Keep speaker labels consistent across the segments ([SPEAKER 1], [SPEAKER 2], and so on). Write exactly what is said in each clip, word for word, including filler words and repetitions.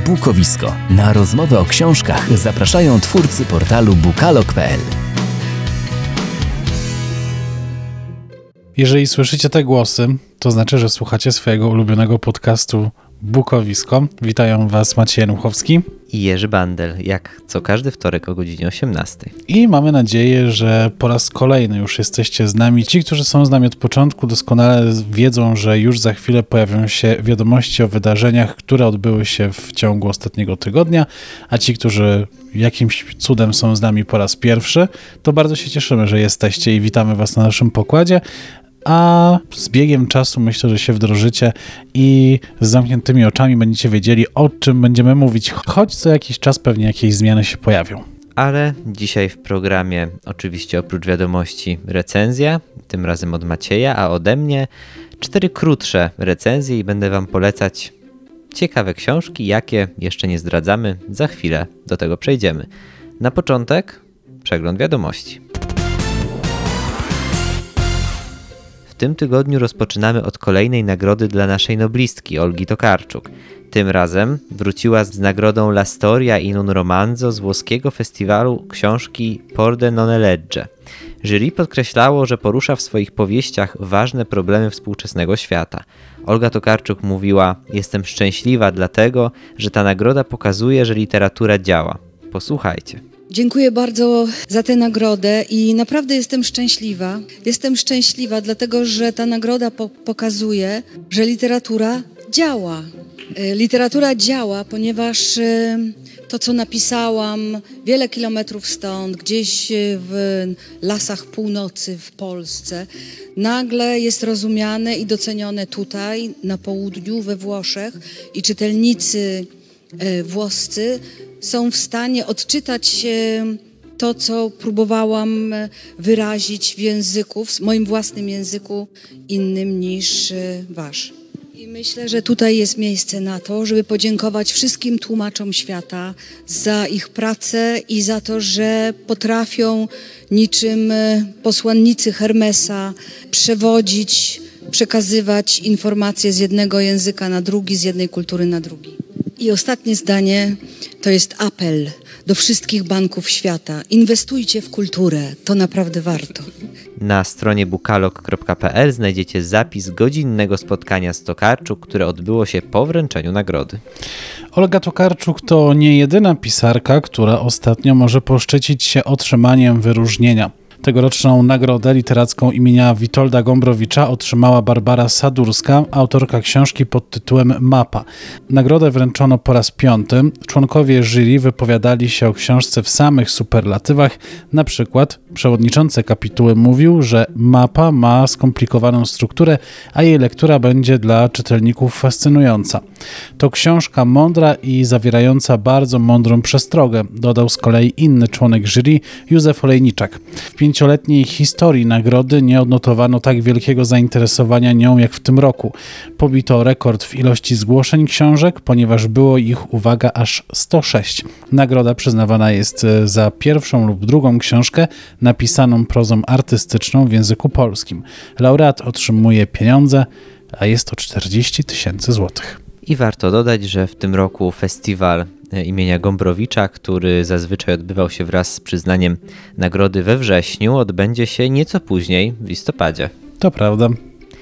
[SPEAKER 1] Bukowisko. Na rozmowę o książkach zapraszają twórcy portalu bukalog kropka pe el.
[SPEAKER 2] Jeżeli słyszycie te głosy, to znaczy, że słuchacie swojego ulubionego podcastu Bukowisko. Witają Was Maciej Januchowski
[SPEAKER 3] i Jerzy Bandel, jak co każdy wtorek o godzinie osiemnastej.
[SPEAKER 2] I mamy nadzieję, że po raz kolejny już jesteście z nami. Ci, którzy są z nami od początku, doskonale wiedzą, że już za chwilę pojawią się wiadomości o wydarzeniach, które odbyły się w ciągu ostatniego tygodnia, a ci, którzy jakimś cudem są z nami po raz pierwszy, to bardzo się cieszymy, że jesteście i witamy Was na naszym pokładzie. A z biegiem czasu myślę, że się wdrożycie i z zamkniętymi oczami będziecie wiedzieli, o czym będziemy mówić, choć co jakiś czas pewnie jakieś zmiany się pojawią.
[SPEAKER 3] Ale dzisiaj w programie oczywiście oprócz wiadomości recenzja, tym razem od Macieja, a ode mnie cztery krótsze recenzje i będę Wam polecać ciekawe książki, jakie jeszcze nie zdradzamy, za chwilę do tego przejdziemy. Na początek przegląd wiadomości. W tym tygodniu rozpoczynamy od kolejnej nagrody dla naszej noblistki, Olgi Tokarczuk. Tym razem wróciła z nagrodą La Storia in un romanzo z włoskiego festiwalu książki Porde non legge. Jury podkreślało, że porusza w swoich powieściach ważne problemy współczesnego świata. Olga Tokarczuk mówiła: jestem szczęśliwa dlatego, że ta nagroda pokazuje, że literatura działa. Posłuchajcie.
[SPEAKER 4] Dziękuję bardzo za tę nagrodę i naprawdę jestem szczęśliwa. Jestem szczęśliwa dlatego, że ta nagroda po- pokazuje, że literatura działa. Literatura działa, ponieważ to, co napisałam wiele kilometrów stąd, gdzieś w lasach północy w Polsce, nagle jest rozumiane i docenione tutaj, na południu, we Włoszech, i czytelnicy włoscy są w stanie odczytać to, co próbowałam wyrazić w języku, w moim własnym języku, innym niż wasz. I myślę, że tutaj jest miejsce na to, żeby podziękować wszystkim tłumaczom świata za ich pracę i za to, że potrafią niczym posłannicy Hermesa przewodzić, przekazywać informacje z jednego języka na drugi, z jednej kultury na drugi. I ostatnie zdanie to jest apel do wszystkich banków świata. Inwestujcie w kulturę, to naprawdę warto.
[SPEAKER 3] Na stronie bukalog kropka pe el znajdziecie zapis godzinnego spotkania z Tokarczuk, które odbyło się po wręczeniu nagrody.
[SPEAKER 2] Olga Tokarczuk to nie jedyna pisarka, która ostatnio może poszczycić się otrzymaniem wyróżnienia. Tegoroczną nagrodę literacką imienia Witolda Gombrowicza otrzymała Barbara Sadurska, autorka książki pod tytułem Mapa. Nagrodę wręczono po raz piąty. Członkowie jury wypowiadali się o książce w samych superlatywach. Na przykład przewodniczący kapituły mówił, że Mapa ma skomplikowaną strukturę, a jej lektura będzie dla czytelników fascynująca. To książka mądra i zawierająca bardzo mądrą przestrogę, dodał z kolei inny członek jury, Józef Olejniczak. W pięcioletniej historii nagrody nie odnotowano tak wielkiego zainteresowania nią jak w tym roku. Pobito rekord w ilości zgłoszeń książek, ponieważ było ich, uwaga, aż sto sześć. Nagroda przyznawana jest za pierwszą lub drugą książkę napisaną prozą artystyczną w języku polskim. Laureat otrzymuje pieniądze, a jest to czterdzieści tysięcy złotych.
[SPEAKER 3] I warto dodać, że w tym roku festiwal imienia Gombrowicza, który zazwyczaj odbywał się wraz z przyznaniem nagrody we wrześniu, odbędzie się nieco później, w listopadzie.
[SPEAKER 2] To prawda.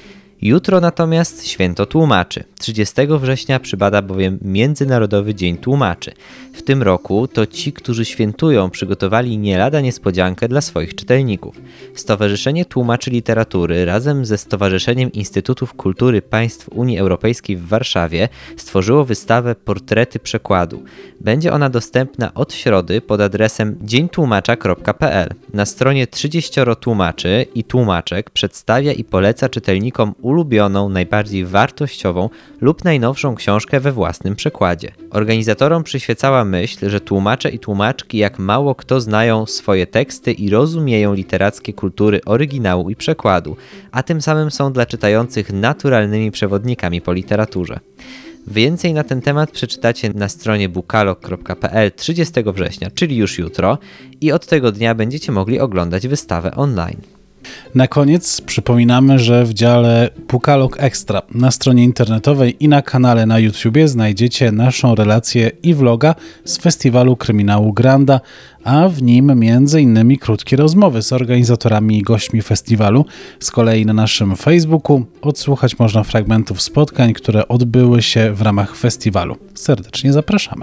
[SPEAKER 3] Jutro natomiast święto tłumaczy. trzydziestego września przypada bowiem Międzynarodowy Dzień Tłumaczy. W tym roku to ci, którzy świętują, przygotowali nie lada niespodziankę dla swoich czytelników. Stowarzyszenie Tłumaczy Literatury razem ze Stowarzyszeniem Instytutów Kultury Państw Unii Europejskiej w Warszawie stworzyło wystawę Portrety Przekładu. Będzie ona dostępna od środy pod adresem dzień tłumacza kropka pe el. Na stronie trzydzieścioro tłumaczy i tłumaczek przedstawia i poleca czytelnikom ulubioną, najbardziej wartościową lub najnowszą książkę we własnym przekładzie. Organizatorom przyświecała myśl, że tłumacze i tłumaczki jak mało kto znają swoje teksty i rozumieją literackie kultury oryginału i przekładu, a tym samym są dla czytających naturalnymi przewodnikami po literaturze. Więcej na ten temat przeczytacie na stronie bukalog kropka pe el trzydziestego września, czyli już jutro, i od tego dnia będziecie mogli oglądać wystawę online.
[SPEAKER 2] Na koniec przypominamy, że w dziale Pukalog Extra na stronie internetowej i na kanale na YouTubie znajdziecie naszą relację i vloga z festiwalu kryminału Granda, a w nim między innymi krótkie rozmowy z organizatorami i gośćmi festiwalu. Z kolei na naszym Facebooku odsłuchać można fragmentów spotkań, które odbyły się w ramach festiwalu. Serdecznie zapraszamy.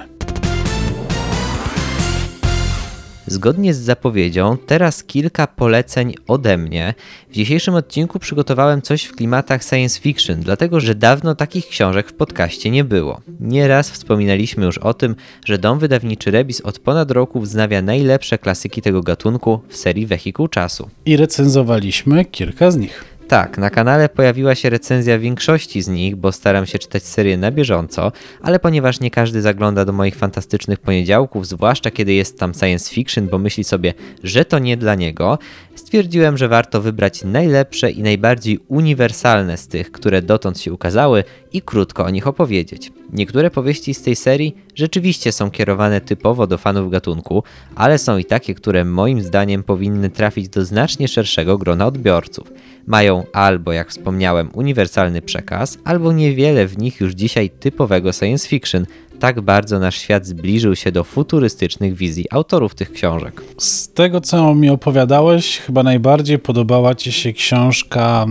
[SPEAKER 3] Zgodnie z zapowiedzią, teraz kilka poleceń ode mnie. W dzisiejszym odcinku przygotowałem coś w klimatach science fiction, dlatego że dawno takich książek w podcaście nie było. Nieraz wspominaliśmy już o tym, że dom wydawniczy Rebis od ponad roku wznawia najlepsze klasyki tego gatunku w serii Wehikuł Czasu.
[SPEAKER 2] I recenzowaliśmy kilka z nich.
[SPEAKER 3] Tak, na kanale pojawiła się recenzja większości z nich, bo staram się czytać serię na bieżąco, ale ponieważ nie każdy zagląda do moich fantastycznych poniedziałków, zwłaszcza kiedy jest tam science fiction, bo myśli sobie, że to nie dla niego, stwierdziłem, że warto wybrać najlepsze i najbardziej uniwersalne z tych, które dotąd się ukazały i krótko o nich opowiedzieć. Niektóre powieści z tej serii rzeczywiście są kierowane typowo do fanów gatunku, ale są i takie, które moim zdaniem powinny trafić do znacznie szerszego grona odbiorców. Mają albo, jak wspomniałem, uniwersalny przekaz, albo niewiele w nich już dzisiaj typowego science fiction. Tak bardzo nasz świat zbliżył się do futurystycznych wizji autorów tych książek.
[SPEAKER 2] Z tego, co mi opowiadałeś, chyba najbardziej podobała ci się książka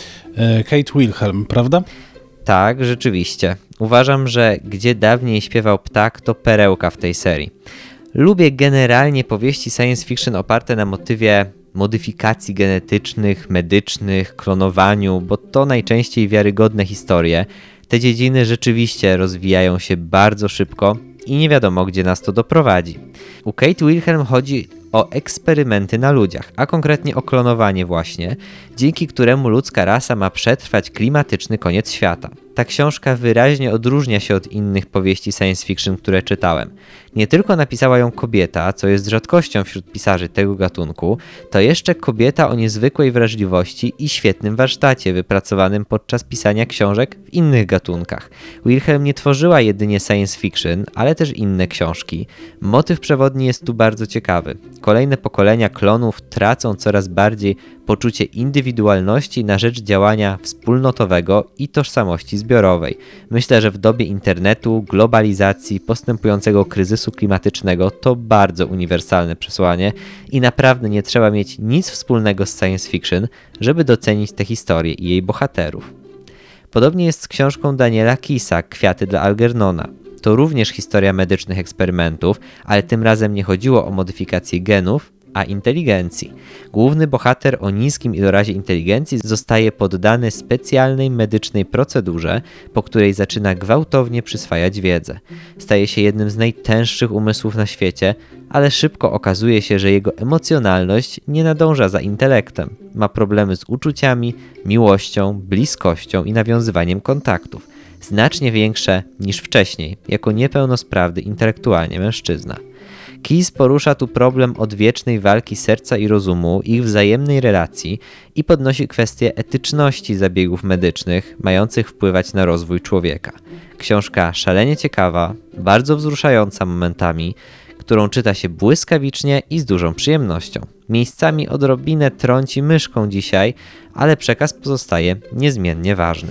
[SPEAKER 2] Kate Wilhelm, prawda?
[SPEAKER 3] Tak, rzeczywiście. Uważam, że Gdzie dawniej śpiewał ptak to perełka w tej serii. Lubię generalnie powieści science fiction oparte na motywie modyfikacji genetycznych, medycznych, klonowaniu, bo to najczęściej wiarygodne historie. Te dziedziny rzeczywiście rozwijają się bardzo szybko i nie wiadomo, gdzie nas to doprowadzi. U Kate Wilhelm chodzi o eksperymenty na ludziach, a konkretnie o klonowanie właśnie, dzięki któremu ludzka rasa ma przetrwać klimatyczny koniec świata. Ta książka wyraźnie odróżnia się od innych powieści science fiction, które czytałem. Nie tylko napisała ją kobieta, co jest rzadkością wśród pisarzy tego gatunku, to jeszcze kobieta o niezwykłej wrażliwości i świetnym warsztacie wypracowanym podczas pisania książek w innych gatunkach. Wilhelm nie tworzyła jedynie science fiction, ale też inne książki. Motyw przewodni jest tu bardzo ciekawy. Kolejne pokolenia klonów tracą coraz bardziej poczucie indywidualności na rzecz działania wspólnotowego i tożsamości zbiorowej. Myślę, że w dobie internetu, globalizacji, postępującego kryzysu klimatycznego to bardzo uniwersalne przesłanie i naprawdę nie trzeba mieć nic wspólnego z science fiction, żeby docenić tę historię i jej bohaterów. Podobnie jest z książką Daniela Keyesa Kwiaty dla Algernona. To również historia medycznych eksperymentów, ale tym razem nie chodziło o modyfikację genów, a inteligencji. Główny bohater o niskim ilorazie inteligencji zostaje poddany specjalnej medycznej procedurze, po której zaczyna gwałtownie przyswajać wiedzę. Staje się jednym z najtęższych umysłów na świecie, ale szybko okazuje się, że jego emocjonalność nie nadąża za intelektem. Ma problemy z uczuciami, miłością, bliskością i nawiązywaniem kontaktów. Znacznie większe niż wcześniej, jako niepełnosprawny intelektualnie mężczyzna. Keyes porusza tu problem odwiecznej walki serca i rozumu, ich wzajemnej relacji i podnosi kwestię etyczności zabiegów medycznych, mających wpływać na rozwój człowieka. Książka szalenie ciekawa, bardzo wzruszająca momentami, którą czyta się błyskawicznie i z dużą przyjemnością. Miejscami odrobinę trąci myszką dzisiaj, ale przekaz pozostaje niezmiennie ważny.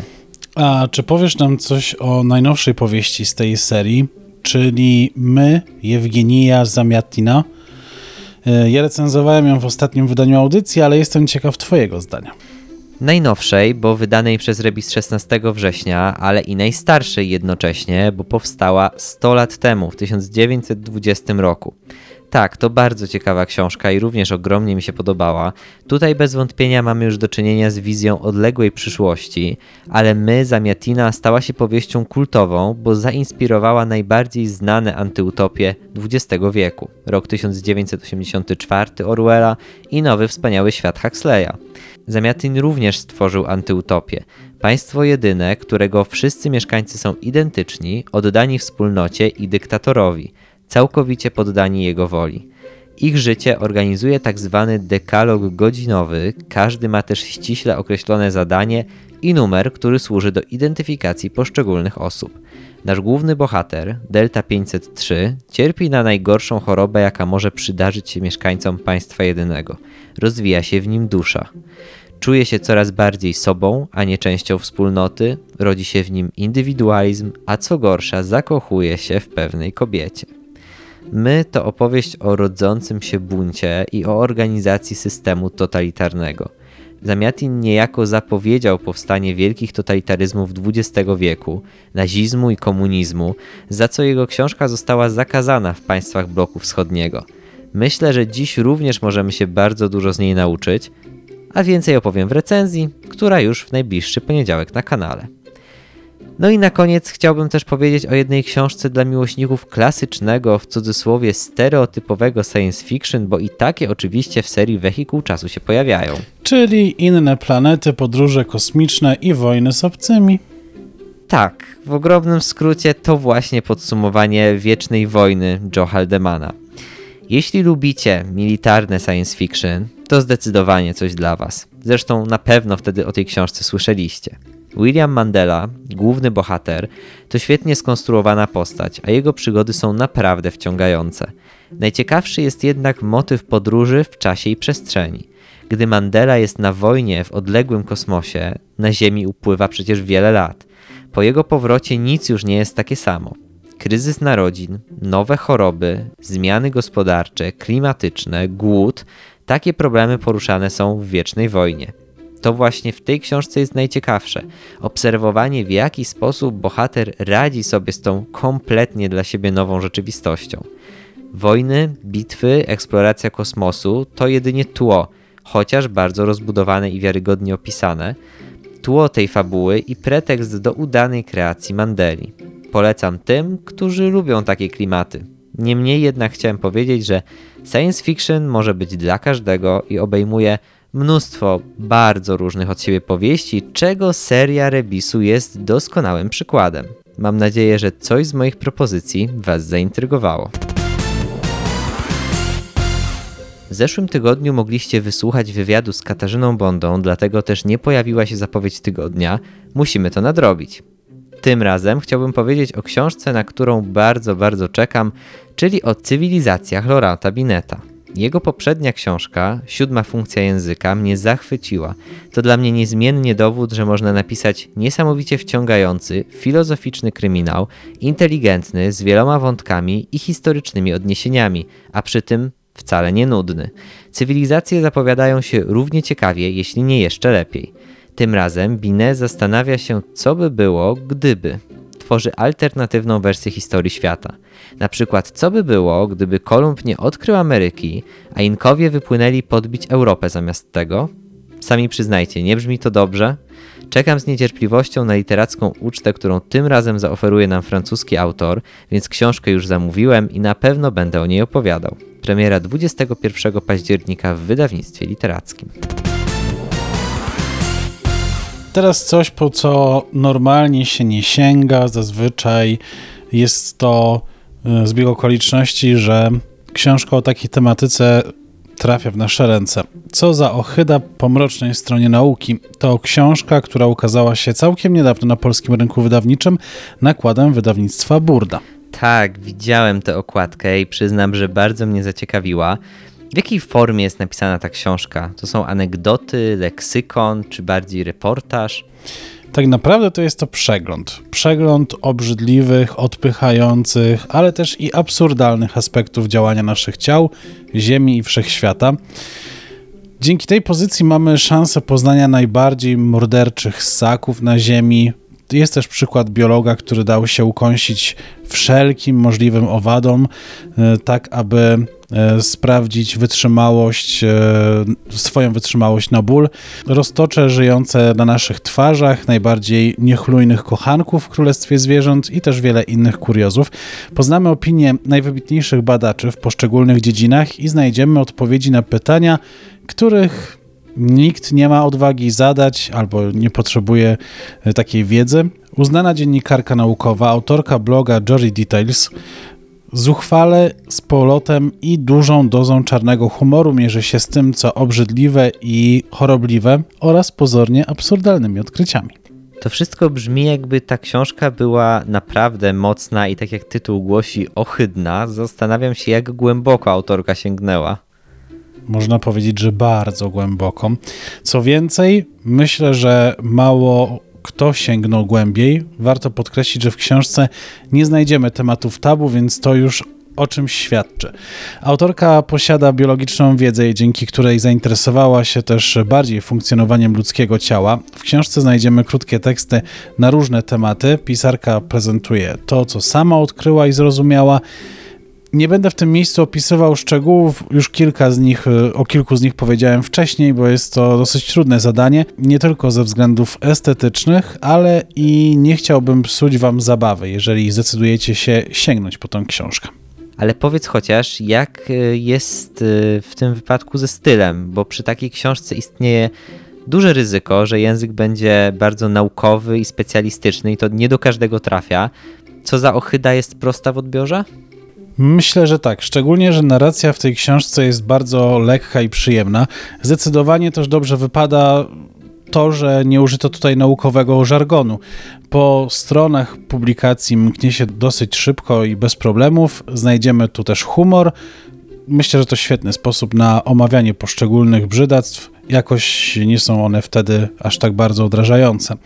[SPEAKER 2] A czy powiesz nam coś o najnowszej powieści z tej serii, czyli My, Jewgenija Zamiatina? Ja recenzowałem ją w ostatnim wydaniu audycji, ale jestem ciekaw twojego zdania.
[SPEAKER 3] Najnowszej, bo wydanej przez Rebis szesnastego września, ale i najstarszej jednocześnie, bo powstała sto lat temu, w tysiąc dziewięćset dwudziestym roku. Tak, to bardzo ciekawa książka i również ogromnie mi się podobała. Tutaj bez wątpienia mamy już do czynienia z wizją odległej przyszłości, ale My, Zamiatina stała się powieścią kultową, bo zainspirowała najbardziej znane antyutopie dwudziestego wieku. Rok tysiąc dziewięćset osiemdziesiąty czwarty Orwella i Nowy Wspaniały Świat Huxleya. Zamiatin również stworzył antyutopię. Państwo jedyne, którego wszyscy mieszkańcy są identyczni, oddani wspólnocie i dyktatorowi, całkowicie poddani jego woli. Ich życie organizuje tak zwany dekalog godzinowy, każdy ma też ściśle określone zadanie i numer, który służy do identyfikacji poszczególnych osób. Nasz główny bohater, Delta pięćset trzy, cierpi na najgorszą chorobę, jaka może przydarzyć się mieszkańcom państwa jedynego. Rozwija się w nim dusza. Czuje się coraz bardziej sobą, a nie częścią wspólnoty, rodzi się w nim indywidualizm, a co gorsza, zakochuje się w pewnej kobiecie. My to opowieść o rodzącym się buncie i o organizacji systemu totalitarnego. Zamiatin niejako zapowiedział powstanie wielkich totalitaryzmów dwudziestego wieku, nazizmu i komunizmu, za co jego książka została zakazana w państwach bloku wschodniego. Myślę, że dziś również możemy się bardzo dużo z niej nauczyć, a więcej opowiem w recenzji, która już w najbliższy poniedziałek na kanale. No i na koniec chciałbym też powiedzieć o jednej książce dla miłośników klasycznego, w cudzysłowie stereotypowego science fiction, bo i takie oczywiście w serii Wehikuł Czasu się pojawiają.
[SPEAKER 2] Czyli inne planety, podróże kosmiczne i wojny z obcymi.
[SPEAKER 3] Tak, w ogromnym skrócie to właśnie podsumowanie Wiecznej Wojny Joe Haldemana. Jeśli lubicie militarne science fiction, to zdecydowanie coś dla was. Zresztą na pewno wtedy o tej książce słyszeliście. William Mandela, główny bohater, to świetnie skonstruowana postać, a jego przygody są naprawdę wciągające. Najciekawszy jest jednak motyw podróży w czasie i przestrzeni. Gdy Mandela jest na wojnie w odległym kosmosie, na Ziemi upływa przecież wiele lat. Po jego powrocie nic już nie jest takie samo. Kryzys narodzin, nowe choroby, zmiany gospodarcze, klimatyczne, głód, takie problemy poruszane są w Wiecznej Wojnie. To właśnie w tej książce jest najciekawsze. Obserwowanie, w jaki sposób bohater radzi sobie z tą kompletnie dla siebie nową rzeczywistością. Wojny, bitwy, eksploracja kosmosu to jedynie tło, chociaż bardzo rozbudowane i wiarygodnie opisane, tło tej fabuły i pretekst do udanej kreacji Mandeli. Polecam tym, którzy lubią takie klimaty. Niemniej jednak chciałem powiedzieć, że science fiction może być dla każdego i obejmuje mnóstwo bardzo różnych od siebie powieści, czego seria Rebisu jest doskonałym przykładem. Mam nadzieję, że coś z moich propozycji was zaintrygowało. W zeszłym tygodniu mogliście wysłuchać wywiadu z Katarzyną Bondą, dlatego też nie pojawiła się zapowiedź tygodnia. Musimy to nadrobić. Tym razem chciałbym powiedzieć o książce, na którą bardzo, bardzo czekam, czyli o cywilizacjach Laurenta Bineta. Jego poprzednia książka, Siódma funkcja języka, mnie zachwyciła. To dla mnie niezmiennie dowód, że można napisać niesamowicie wciągający, filozoficzny kryminał, inteligentny, z wieloma wątkami i historycznymi odniesieniami, a przy tym wcale nie nudny. Cywilizacje zapowiadają się równie ciekawie, jeśli nie jeszcze lepiej. Tym razem Binet zastanawia się, co by było, gdyby. Tworzy alternatywną wersję historii świata. Na przykład, co by było, gdyby Kolumb nie odkrył Ameryki, a Inkowie wypłynęli podbić Europę zamiast tego? Sami przyznajcie, nie brzmi to dobrze? Czekam z niecierpliwością na literacką ucztę, którą tym razem zaoferuje nam francuski autor, więc książkę już zamówiłem i na pewno będę o niej opowiadał. Premiera dwudziestego pierwszego października w wydawnictwie literackim.
[SPEAKER 2] Teraz coś, po co normalnie się nie sięga, zazwyczaj jest to zbieg okoliczności, że książka o takiej tematyce trafia w nasze ręce. Co za ohyda po mrocznej stronie nauki. To książka, która ukazała się całkiem niedawno na polskim rynku wydawniczym nakładem wydawnictwa Burda.
[SPEAKER 3] Tak, widziałem tę okładkę i przyznam, że bardzo mnie zaciekawiła. W jakiej formie jest napisana ta książka? To są anegdoty, leksykon, czy bardziej reportaż?
[SPEAKER 2] Tak naprawdę to jest to przegląd. Przegląd obrzydliwych, odpychających, ale też i absurdalnych aspektów działania naszych ciał, Ziemi i Wszechświata. Dzięki tej pozycji mamy szansę poznania najbardziej morderczych ssaków na Ziemi. Jest też przykład biologa, który dał się ukąsić wszelkim możliwym owadom, tak aby sprawdzić wytrzymałość, swoją wytrzymałość na ból. Roztocze żyjące na naszych twarzach najbardziej niechlujnych kochanków w Królestwie Zwierząt i też wiele innych kuriozów. Poznamy opinie najwybitniejszych badaczy w poszczególnych dziedzinach i znajdziemy odpowiedzi na pytania, których nikt nie ma odwagi zadać albo nie potrzebuje takiej wiedzy. Uznana dziennikarka naukowa, autorka bloga Jory Details, zuchwale, z polotem i dużą dozą czarnego humoru mierzy się z tym, co obrzydliwe i chorobliwe oraz pozornie absurdalnymi odkryciami.
[SPEAKER 3] To wszystko brzmi, jakby ta książka była naprawdę mocna i tak jak tytuł głosi, ohydna. Zastanawiam się, jak głęboko autorka sięgnęła.
[SPEAKER 2] Można powiedzieć, że bardzo głęboko. Co więcej, myślę, że mało kto sięgnął głębiej. Warto podkreślić, że w książce nie znajdziemy tematów tabu, więc to już o czymś świadczy. Autorka posiada biologiczną wiedzę, dzięki której zainteresowała się też bardziej funkcjonowaniem ludzkiego ciała. W książce znajdziemy krótkie teksty na różne tematy. Pisarka prezentuje to, co sama odkryła i zrozumiała. Nie będę w tym miejscu opisywał szczegółów, już kilka z nich, o kilku z nich powiedziałem wcześniej, bo jest to dosyć trudne zadanie, nie tylko ze względów estetycznych, ale i nie chciałbym psuć wam zabawy, jeżeli zdecydujecie się sięgnąć po tę książkę.
[SPEAKER 3] Ale powiedz chociaż, jak jest w tym wypadku ze stylem, bo przy takiej książce istnieje duże ryzyko, że język będzie bardzo naukowy i specjalistyczny i to nie do każdego trafia. Co za ohyda jest prosta w odbiorze?
[SPEAKER 2] Myślę, że tak, szczególnie, że narracja w tej książce jest bardzo lekka i przyjemna. Zdecydowanie też dobrze wypada to, że nie użyto tutaj naukowego żargonu. Po stronach publikacji mknie się dosyć szybko i bez problemów. Znajdziemy tu też humor. Myślę, że to świetny sposób na omawianie poszczególnych brzydactw. Jakoś nie są one wtedy aż tak bardzo odrażające.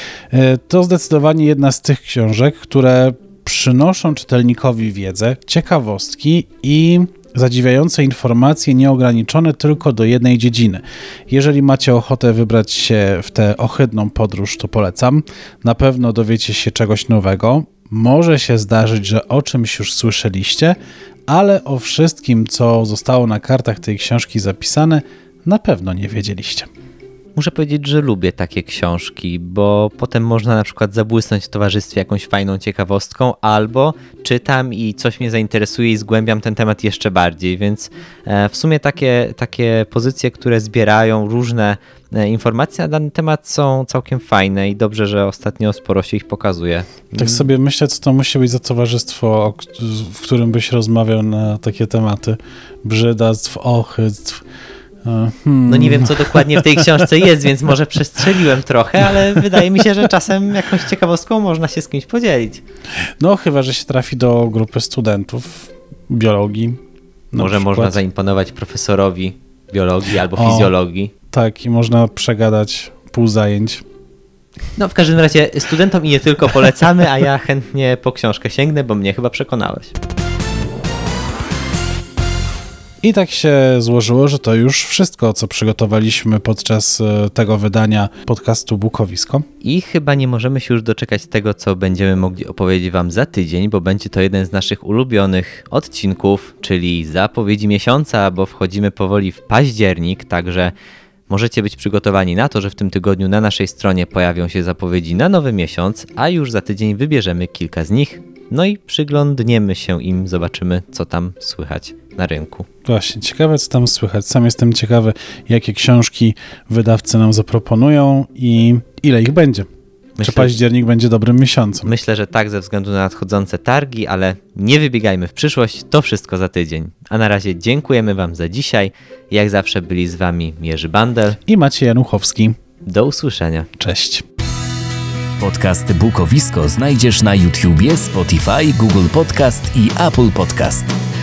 [SPEAKER 2] To zdecydowanie jedna z tych książek, które przynoszą czytelnikowi wiedzę, ciekawostki i zadziwiające informacje nieograniczone tylko do jednej dziedziny. Jeżeli macie ochotę wybrać się w tę ohydną podróż, to polecam. Na pewno dowiecie się czegoś nowego. Może się zdarzyć, że o czymś już słyszeliście, ale o wszystkim, co zostało na kartach tej książki zapisane, na pewno nie wiedzieliście.
[SPEAKER 3] Muszę powiedzieć, że lubię takie książki, bo potem można na przykład zabłysnąć w towarzystwie jakąś fajną ciekawostką, albo czytam i coś mnie zainteresuje i zgłębiam ten temat jeszcze bardziej, więc w sumie takie, takie pozycje, które zbierają różne informacje na dany temat są całkiem fajne i dobrze, że ostatnio sporo się ich pokazuje.
[SPEAKER 2] Tak sobie myślę, co to musi być za towarzystwo, w którym byś rozmawiał na takie tematy. Brzydactw, ohydztw. Hmm.
[SPEAKER 3] No nie wiem, co dokładnie w tej książce jest, więc może przestrzeliłem trochę, ale wydaje mi się, że czasem jakąś ciekawostką można się z kimś podzielić.
[SPEAKER 2] No chyba, że się trafi do grupy studentów biologii.
[SPEAKER 3] Może
[SPEAKER 2] przykład.
[SPEAKER 3] Można zaimponować profesorowi biologii albo
[SPEAKER 2] O,
[SPEAKER 3] fizjologii.
[SPEAKER 2] Tak, i można przegadać pół zajęć.
[SPEAKER 3] No w każdym razie studentom i nie tylko polecamy, a ja chętnie po książkę sięgnę, bo mnie chyba przekonałeś.
[SPEAKER 2] I tak się złożyło, że to już wszystko, co przygotowaliśmy podczas tego wydania podcastu Bukowisko.
[SPEAKER 3] I chyba nie możemy się już doczekać tego, co będziemy mogli opowiedzieć wam za tydzień, bo będzie to jeden z naszych ulubionych odcinków, czyli zapowiedzi miesiąca, bo wchodzimy powoli w październik, także możecie być przygotowani na to, że w tym tygodniu na naszej stronie pojawią się zapowiedzi na nowy miesiąc, a już za tydzień wybierzemy kilka z nich, no i przyglądniemy się im, zobaczymy, co tam słychać na rynku.
[SPEAKER 2] Właśnie, ciekawe, co tam słychać. Sam jestem ciekawy, jakie książki wydawcy nam zaproponują i ile ich będzie. Myślę, Czy październik będzie dobrym miesiącem?
[SPEAKER 3] Myślę, że tak, ze względu na nadchodzące targi, ale nie wybiegajmy w przyszłość, to wszystko za tydzień. A na razie dziękujemy wam za dzisiaj. Jak zawsze byli z wami Jerzy Bandel
[SPEAKER 2] i Maciej Januchowski.
[SPEAKER 3] Do usłyszenia.
[SPEAKER 2] Cześć.
[SPEAKER 1] Podcast Bukowisko znajdziesz na YouTubie, Spotify, Google Podcast i Apple Podcast.